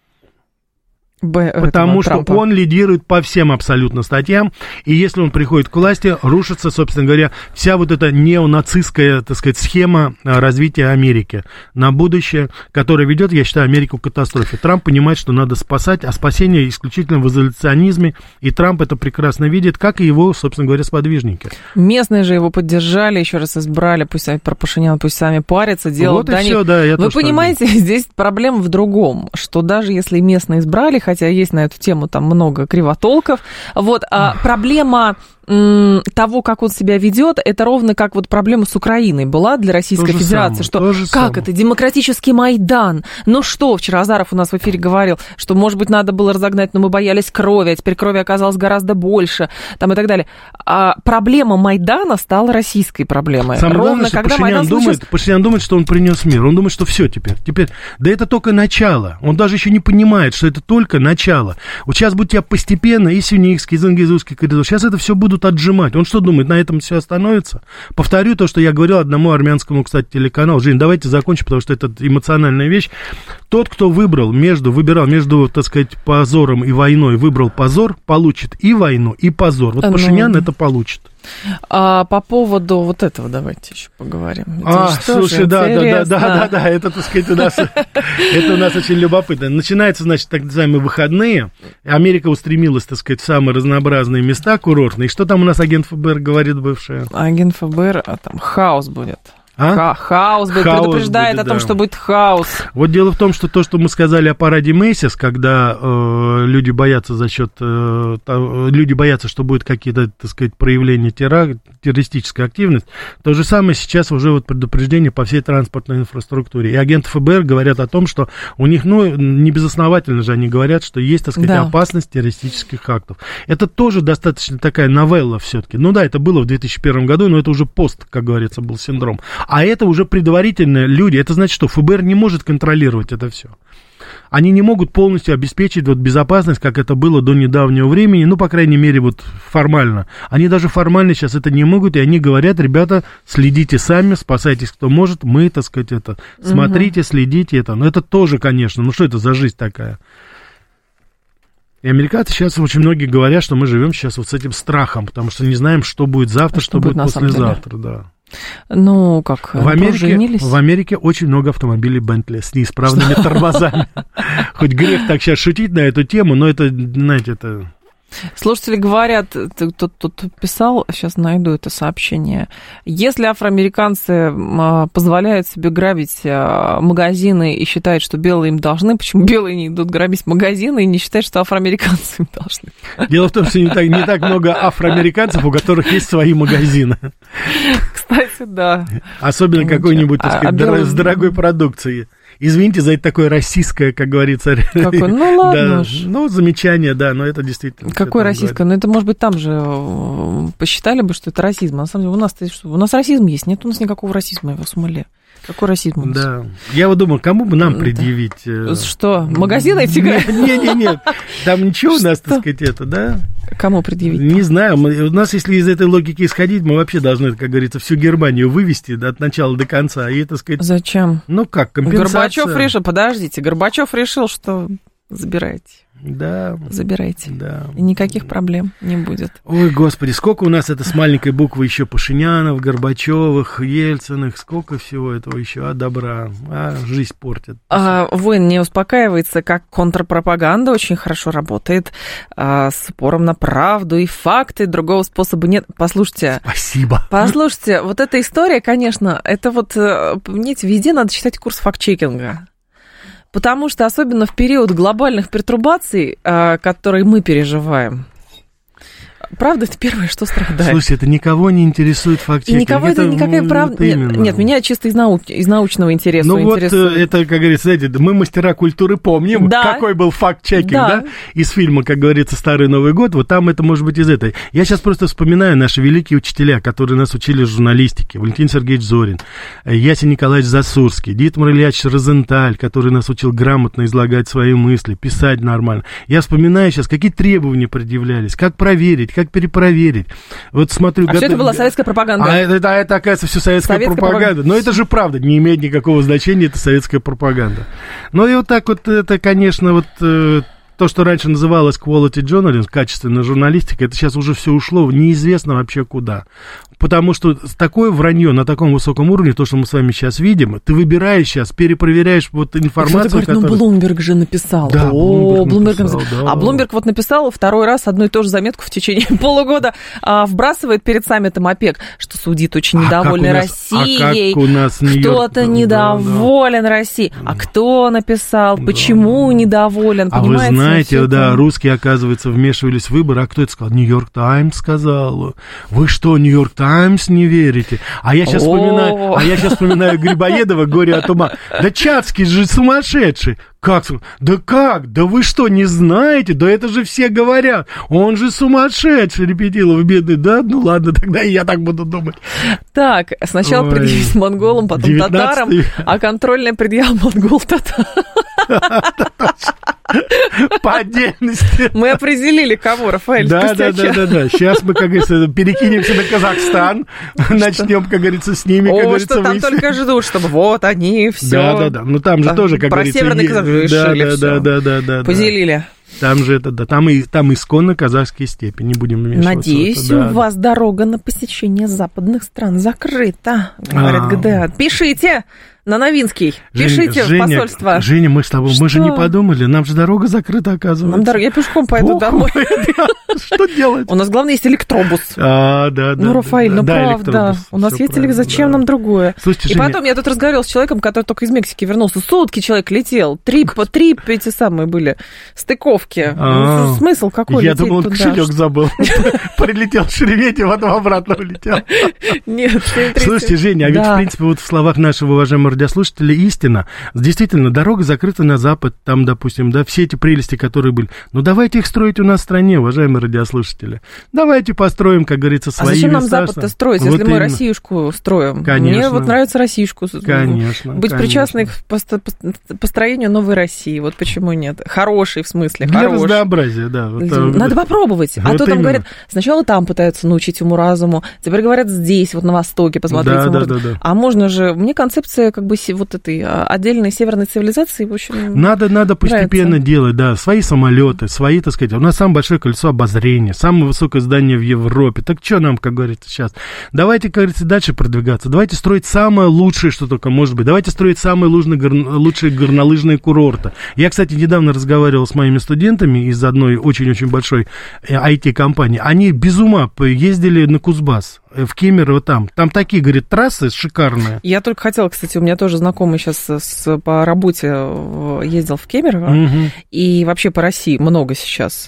Потому что Трампа. Он лидирует по всем абсолютно статьям, и если он приходит к власти, рушится, собственно говоря, вся вот эта неонацистская, так сказать, схема развития Америки на будущее, которая ведет, я считаю, Америку к катастрофе. Трамп понимает, что надо спасать, а спасение исключительно в изоляционизме, и Трамп это прекрасно видит, как и его, собственно говоря, сподвижники. Местные же его поддержали, еще раз избрали, пусть про Пашиняна, пусть сами парятся, делают. Вот и все, да, Вы понимаете, здесь проблема в другом, что даже если местные избрали, хотя есть на эту тему там много кривотолков, вот, проблема того, как он себя ведет, это ровно как вот проблема с Украиной была для Российской Федерации, что как это, демократический Майдан, ну что, вчера Азаров у нас в эфире говорил, что, может быть, надо было разогнать, но мы боялись крови, а теперь крови оказалось гораздо больше, там и так далее. А проблема Майдана стала российской проблемой. Самое главное, что Пашинян думает, что он принес мир, он думает, что все теперь, да это только начало, он даже еще не понимает, что это только начало. Вот сейчас будет тебя постепенно и Сюникский, и Зангезурский коридор, сейчас это все будут отжимать. Он что думает, на этом все остановится? Повторю то, что я говорил одному армянскому, кстати, телеканалу. Жень, давайте закончим, потому что это эмоциональная вещь. Тот, кто выбирал между, так сказать, позором и войной, выбрал позор, получит и войну, и позор. Вот Пашинян это получит. А по поводу вот этого давайте еще поговорим. Слушай, да, это, так сказать, у нас очень любопытно. Начинаются, значит, так называемые выходные. Америка устремилась, так сказать, в самые разнообразные места курортные. И что там у нас агент ФБР говорит бывшая? Агент ФБР, там хаос будет. Хаос будет, предупреждает о том, что будет хаос. Вот дело в том, что то, что мы сказали о параде Мэйсис, когда люди боятся люди боятся, что будет какие-то, так сказать, проявления террористической активности, то же самое сейчас уже вот предупреждение по всей транспортной инфраструктуре. И агенты ФБР говорят о том, что у них, не безосновательно же они говорят, что есть, так сказать, опасность террористических актов. Это тоже достаточно такая новелла все-таки. Ну да, это было в 2001 году, но это уже пост, как говорится, был синдром. А это уже предварительно люди. Это значит, что ФБР не может контролировать это все. они не могут полностью обеспечить вот безопасность, как это было до недавнего времени, ну, по крайней мере, вот формально. Они даже формально сейчас это не могут, и они говорят, ребята, следите сами, спасайтесь, кто может, мы, так сказать, это, смотрите, следите это. Но это тоже, конечно, ну, что это за жизнь такая? И американцы сейчас очень многие говорят, что мы живем сейчас вот с этим страхом, потому что не знаем, что будет завтра, что будет послезавтра, да. Ну, как, в Америке очень много автомобилей Bentley с неисправными тормозами. Хоть грех так сейчас шутить на эту тему, но это, знаете, это... Слушатели говорят, тут писал, сейчас найду это сообщение, если афроамериканцы позволяют себе грабить магазины и считают, что белые им должны, почему белые не идут грабить магазины и не считают, что афроамериканцы им должны? Дело в том, что не так много афроамериканцев, у которых есть свои магазины. Кстати, да. Особенно какой-нибудь, так сказать, с дорогой продукцией. Извините за это такое российское, как говорится. Какое? Ну, ладно. Да, ну, замечание, да, но это действительно... Какое российское? Ну, это, может быть, там же посчитали бы, что это расизм. На самом деле, у нас расизм есть. Нет у нас никакого расизма, я вас умоляю. Какой расизм у нас? Да. Я вот думаю, кому бы нам предъявить... Что, магазин эти играют? Нет. Там ничего у нас, так сказать, это, да? Кому предъявить? Не знаю. У нас, если из этой логики исходить, мы вообще должны, как говорится, всю Германию вывести от начала до конца. И, так сказать... Зачем? Ну, как, компенсация. Горбачев решил, что забирайте. Да. Забирайте. Да. И никаких проблем не будет. Ой, господи, сколько у нас это с маленькой буквы еще Пашинянов, Горбачевых, Ельциных, сколько всего этого еще, добра, жизнь портит. Воин не успокаивается, как контрпропаганда очень хорошо работает, с упором на правду и факты, другого способа нет. Послушайте. Спасибо. Послушайте, вот эта история, конечно, это вот, понимаете, везде надо читать курс факт-чекинга. Потому что особенно в период глобальных пертурбаций, которые мы переживаем, правда, это первое, что страдает. Слушайте, это никого не интересует факт-чекинг. Никого это никакая правда... Нет, меня чисто из научного интереса интересует. Ну вот это, как говорится, знаете, мы мастера культуры помним, какой был факт-чекинг, да? Из фильма, как говорится, «Старый Новый год», вот там это может быть из этой. Я сейчас просто вспоминаю наши великие учителя, которые нас учили журналистике. Валентин Сергеевич Зорин, Ясень Николаевич Засурский, Дитмар Ильич Розенталь, который нас учил грамотно излагать свои мысли, писать нормально. Я вспоминаю сейчас, какие требования предъявлялись, как проверить, как перепроверить. Вот смотрю... все это была советская пропаганда. Это, оказывается, все советская пропаганда. Но это же правда, не имеет никакого значения, это советская пропаганда. Ну и вот так вот, это, конечно, вот... То, что раньше называлось quality journalism, качественная журналистика, это сейчас уже все ушло неизвестно вообще куда. Потому что такое вранье на таком высоком уровне, то, что мы с вами сейчас видим, ты выбираешь сейчас, перепроверяешь вот информацию, которая... Ну, Блумберг же написал. Да, Блумберг написал, да. А Блумберг вот написал второй раз одну и ту же заметку в течение полугода, вбрасывает перед саммитом ОПЕК, что судит очень недовольны Россией. Кто-то недоволен Россией. А кто написал? Почему недоволен? Понимаете? Знаете, да, русские, оказывается, вмешивались в выборы. А кто это сказал? Нью-Йорк Таймс сказал. Вы что, Нью-Йорк Таймс не верите? А я сейчас вспоминаю Грибоедова «Горе от ума». Да Чацкий же сумасшедший. Как? Да как? Да вы что, не знаете? Да это же все говорят. Он же сумасшедший, Репетилов, бедный. Да? Ну ладно, тогда и я так буду думать. Так, сначала предъявить монголам, потом татарам, а контрольная предъява монгол-татар. По отдельности. Мы определили, кого, Рафаэль. Да. Сейчас мы, как говорится, перекинемся на Казахстан, начнем, как говорится, с ними, как говорится, что там только ждут, чтобы вот они все. Да. Ну там же тоже, как говорится, про Северный Казахстан решили. Да. Поделили. Там же это, да, там исконно казахские степи, не будем вмешиваться. Надеюсь, у вас дорога на посещение западных стран закрыта, говорит ГДА. Пишите на Новинский, пишите в посольство. Женя, мы с тобой, мы же не подумали, нам же дорога закрыта, оказывается. Я пешком пойду домой. Что делать? У нас, главное, есть электробус. Да. Ну, Рафаэль, ну правда, у нас есть электробус, зачем нам другое? И потом я тут разговаривала с человеком, который только из Мексики вернулся, сутки человек летел, три эти самые были стыковки. Смысл какой лететь туда? Я думал, он кошелек забыл. Прилетел в Шереметьево, потом обратно улетел. Нет, слушайте, Женя, а ведь, в принципе, вот в словах нашего уважаемого радиослушатели, истина. Действительно, дорога закрыта на запад, там, допустим, да, все эти прелести, которые были. Но давайте их строить у нас в стране, уважаемые радиослушатели. Давайте построим, как говорится, свои места. А зачем нам Запад-то строить, вот если именно. Мы Россиюшку строим? Конечно. Мне вот нравится Россиюшку. Конечно. Быть причастной к построению новой России. Вот почему нет. Хороший, в смысле, для хороший. Разнообразия, да. Надо попробовать. А то там говорят, сначала там пытаются научить уму-разуму, теперь говорят здесь, вот на Востоке, посмотрите. Да. А можно же... Мне концепция как бы вот этой отдельной северной цивилизации, в общем, Надо постепенно делать, да. Свои самолеты, свои, так сказать. У нас самое большое колесо обозрения, самое высокое здание в Европе. Так что нам, как говорится, сейчас? Давайте, как говорится, дальше продвигаться. Давайте строить самое лучшее, что только может быть. Давайте строить самые лучшие горнолыжные курорты. Я, кстати, недавно разговаривал с моими студентами из одной очень-очень большой IT-компании. Они без ума ездили на Кузбасс, в Кемерово там. Там такие, говорит, трассы шикарные. Я только хотела, кстати, у меня тоже знакомый сейчас по работе ездил в Кемерово, и вообще по России много сейчас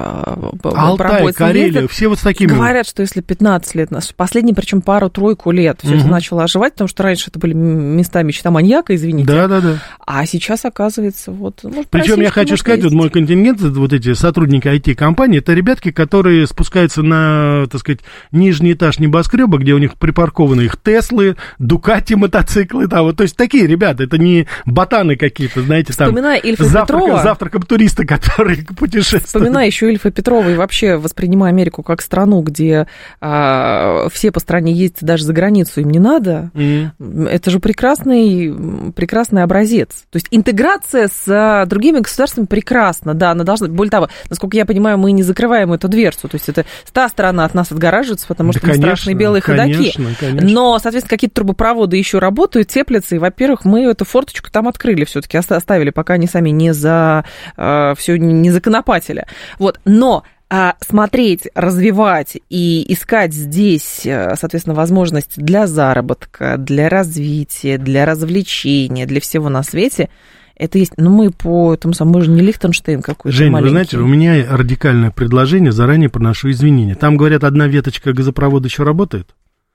Алтай, Карелия, ездят. Все вот с такими. Говорят, что если 15 лет, последние, причем пару-тройку лет, все это начало оживать, потому что раньше это были места мечта маньяка, извините. Да. А сейчас, оказывается, вот... Причем я хочу сказать, вот мой контингент, вот эти сотрудники IT-компании, это ребятки, которые спускаются на, так сказать, нижний этаж небоскреба, где у них припаркованы их Теслы, Дукати мотоциклы, там, вот, то есть такие ребята, это не ботаны какие-то, знаете, там, завтраком туриста, которые путешествуют. Вспоминаю еще Ильфа Петрова и вообще воспринимаю Америку как страну, где все по стране ездят даже за границу, им не надо. Это же прекрасный образец. То есть интеграция с другими государствами прекрасна, да, она должна... Более того, насколько я понимаю, мы не закрываем эту дверцу, то есть это та сторона от нас отгораживается, потому что мы страшные белые ходаки. Конечно. Но, соответственно, какие-то трубопроводы еще работают, теплятся, и, во-первых, мы эту форточку там открыли все-таки, оставили, пока они сами не законопатили. Вот, но смотреть, развивать и искать здесь, соответственно, возможность для заработка, для развития, для развлечения, для всего на свете, это есть, ну, мы по этому самому, мы же не Лихтенштейн какой-то. Жень, вы знаете, у меня радикальное предложение, заранее приношу извинения. Там, говорят, одна веточка газопровода еще работает.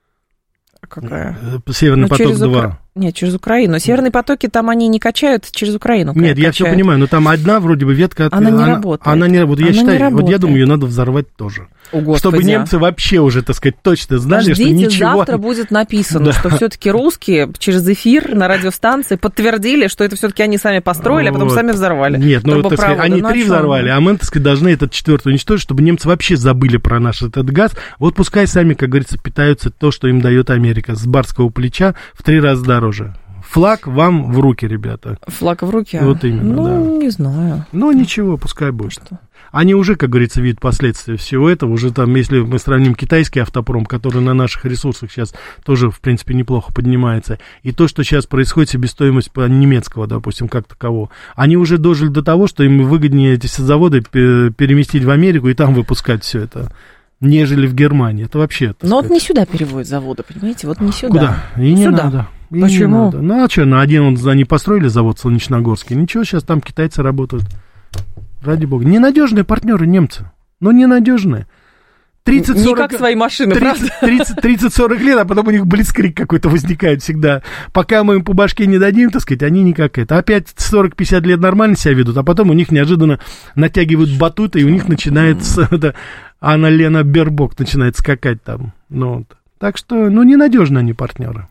Какая? Северный поток-2. Нет, через Украину. Северные потоки там они не качают, через Украину. Нет, я все понимаю, но там одна вроде бы ветка... Она не работает. Она не работает. Я считаю, вот я думаю, ее надо взорвать тоже. О, чтобы немцы вообще уже, так сказать, точно знали, что ничего... завтра будет написано, что все-таки русские через эфир на радиостанции подтвердили, что это все-таки они сами построили, а потом сами взорвали. Нет, ну, так сказать, они 3 взорвали, а мы, так сказать, должны этот 4-й уничтожить, чтобы немцы вообще забыли про наш этот газ. Вот пускай сами, как говорится, питаются то, что им дает Америка. С барского плеча в 3 раза дороже. Флаг вам в руки, ребята. Флаг в руки? Вот именно, да. Не знаю. Ну, ничего, пускай будет. Что? Они уже, как говорится, видят последствия всего этого. Уже там, если мы сравним китайский автопром, который на наших ресурсах сейчас тоже, в принципе, неплохо поднимается, и то, что сейчас происходит, себестоимость немецкого, допустим, как такового, они уже дожили до того, что им выгоднее эти заводы переместить в Америку и там выпускать все это, нежели в Германии. Это вообще... Но вот не сюда переводят заводы, понимаете? Вот не сюда. Куда? И не надо. И почему? Не надо. Ну, а что, на один они построили завод Солнечногорский. Ничего, сейчас там китайцы работают. Ради бога. Ненадежные партнеры немцы. Но ненадежные. 30-40... Не как свои машины, 30-40 лет, а потом у них блицкриг какой-то возникает всегда. Пока мы им по башке не дадим, так сказать, они не как это. Опять 40-50 лет нормально себя ведут, а потом у них неожиданно натягивают батуты, и у них начинается... Анна-Лена Бербок начинает скакать там. Ну, вот. Так что, ненадежны они партнеры.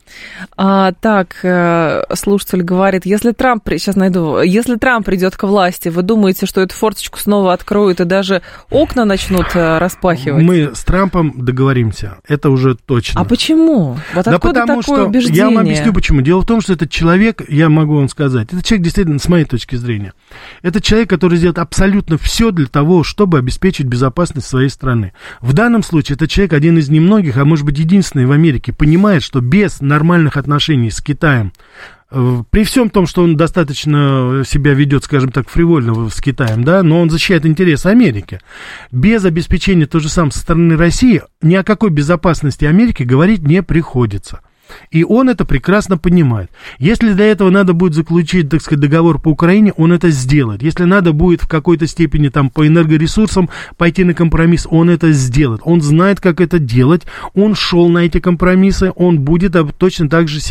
Слушатель говорит, если Трамп придет к власти, вы думаете, что эту форточку снова откроют и даже окна начнут распахивать? Мы с Трампом договоримся, это уже точно. А почему? Вот откуда такое убеждение? Я вам объясню, почему. Дело в том, что этот человек, я могу вам сказать, этот человек действительно, с моей точки зрения, это человек, который сделает абсолютно все для того, чтобы обеспечить безопасность своей страны. В данном случае это человек один из немногих, а может быть единственный в Америке, понимает, что без нормальных отношений с Китаем, при всем том, что он достаточно себя ведет, скажем так, фривольно с Китаем, да, но он защищает интересы Америки. Без обеспечения то же самое со стороны России ни о какой безопасности Америки говорить не приходится. И он это прекрасно понимает. Если для этого надо будет заключить, так сказать, договор по Украине, он это сделает. Если надо будет в какой-то степени там по энергоресурсам пойти на компромисс, он это сделает. Он знает, как это делать, он шел на эти компромиссы, он будет точно так же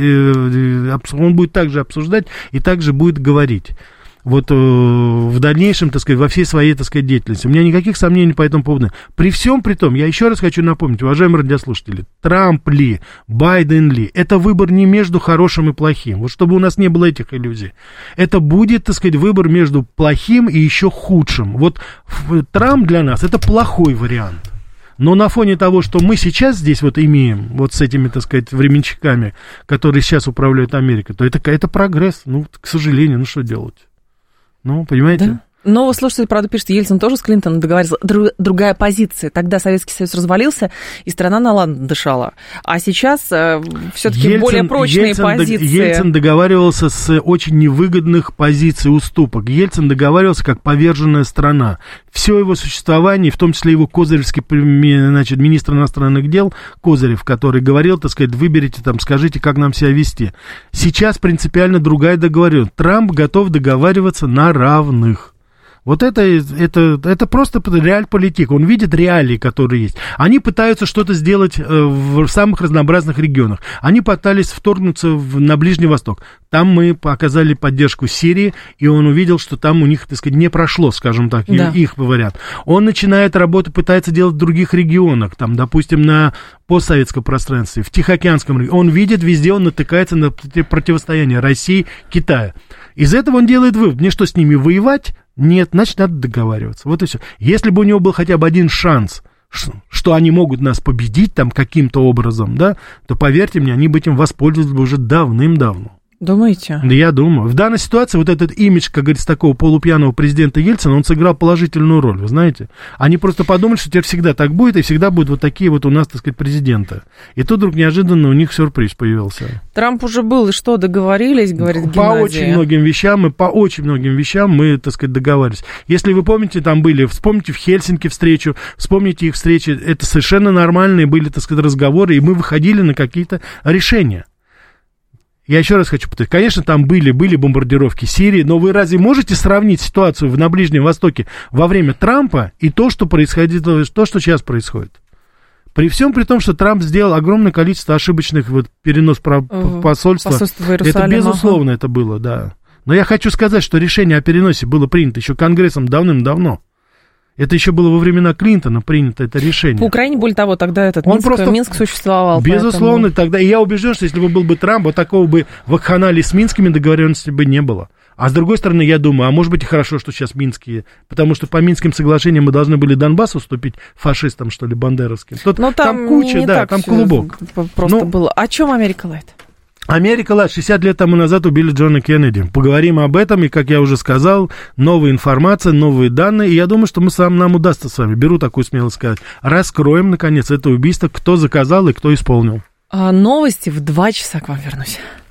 он будет также обсуждать и также будет говорить. Вот в дальнейшем, так сказать, во всей своей, так сказать, деятельности. У меня никаких сомнений по этому поводу. При всем при том, я еще раз хочу напомнить, уважаемые радиослушатели, Трамп ли, Байден ли, это выбор не между хорошим и плохим. Вот чтобы у нас не было этих иллюзий. Это будет, так сказать, выбор между плохим и еще худшим. Вот Трамп для нас это плохой вариант. Но на фоне того, что мы сейчас здесь вот имеем, вот с этими, так сказать, временщиками, которые сейчас управляют Америкой, то это прогресс. Ну, к сожалению, ну что делать? Ну, понимаете? Да. Но слушатель, правда, пишет, Ельцин тоже с Клинтоном договорился. Другая позиция. Тогда Советский Союз развалился, и страна наладно дышала. А сейчас все-таки более прочные позиции. Ельцин договаривался с очень невыгодных позиций уступок. Ельцин договаривался как поверженная страна. Все его существование, в том числе его козыревский, значит, министр иностранных дел Козырев, который говорил, так сказать, выберите там, скажите, как нам себя вести. Сейчас принципиально другая договоренность. Трамп готов договариваться на равных. Вот это просто реальполитик. Он видит реалии, которые есть. Они пытаются что-то сделать в самых разнообразных регионах. Они пытались вторгнуться на Ближний Восток. Там мы оказали поддержку Сирии, и он увидел, что там у них, так сказать, не прошло, скажем так, да, их вариант. Он начинает работу, пытается делать в других регионах, там, допустим, на постсоветском пространстве, в Тихоокеанском регионе. Он видит, везде он натыкается на противостояние России, Китая. Из этого он делает вывод. Мне что, с ними воевать? Нет, значит, надо договариваться. Вот и все. Если бы у него был хотя бы один шанс, что они могут нас победить там каким-то образом, да, то, поверьте мне, они бы этим воспользовались бы уже давным-давно. Думаете? Да, я думаю. В данной ситуации вот этот имидж, как говорится, такого полупьяного президента Ельцина, он сыграл положительную роль, вы знаете. Они просто подумали, что теперь всегда так будет, и всегда будут вот такие вот у нас, так сказать, президенты. И тут вдруг неожиданно у них сюрприз появился. Трамп уже был, и что, договорились, говорит Геннадий? По очень многим вещам мы, так сказать, договаривались. Если вы помните, там были, вспомните в Хельсинки встречу, вспомните их встречи, это совершенно нормальные были, так сказать, разговоры, и мы выходили на какие-то решения. Я еще раз хочу повторить, конечно, там были бомбардировки Сирии, но вы разве можете сравнить ситуацию на Ближнем Востоке во время Трампа и то, что происходило, то, что сейчас происходит? При всем при том, что Трамп сделал огромное количество ошибочных перенос посольства, это безусловно это было, да. Но я хочу сказать, что решение о переносе было принято еще Конгрессом давным-давно. Это еще было во времена Клинтона принято это решение. По Украине, более того, тогда Минск существовал. Безусловно, тогда. И я убежден, что если бы был бы Трамп, вот такого бы вакханалии с минскими договоренностями бы не было. А с другой стороны, я думаю, а может быть и хорошо, что сейчас минские, потому что по Минским соглашениям мы должны были Донбасс уступить фашистам, что ли, бандеровским. Там куча, да, там клубок. Просто было. О чем Америка Лайт? Америка, 60 лет тому назад убили Джона Кеннеди. Поговорим об этом, и, как я уже сказал, новая информация, новые данные, и я думаю, что нам удастся с вами, беру такую смелость сказать, раскроем, наконец, это убийство, кто заказал и кто исполнил. Новости в 2 часа к вам вернусь.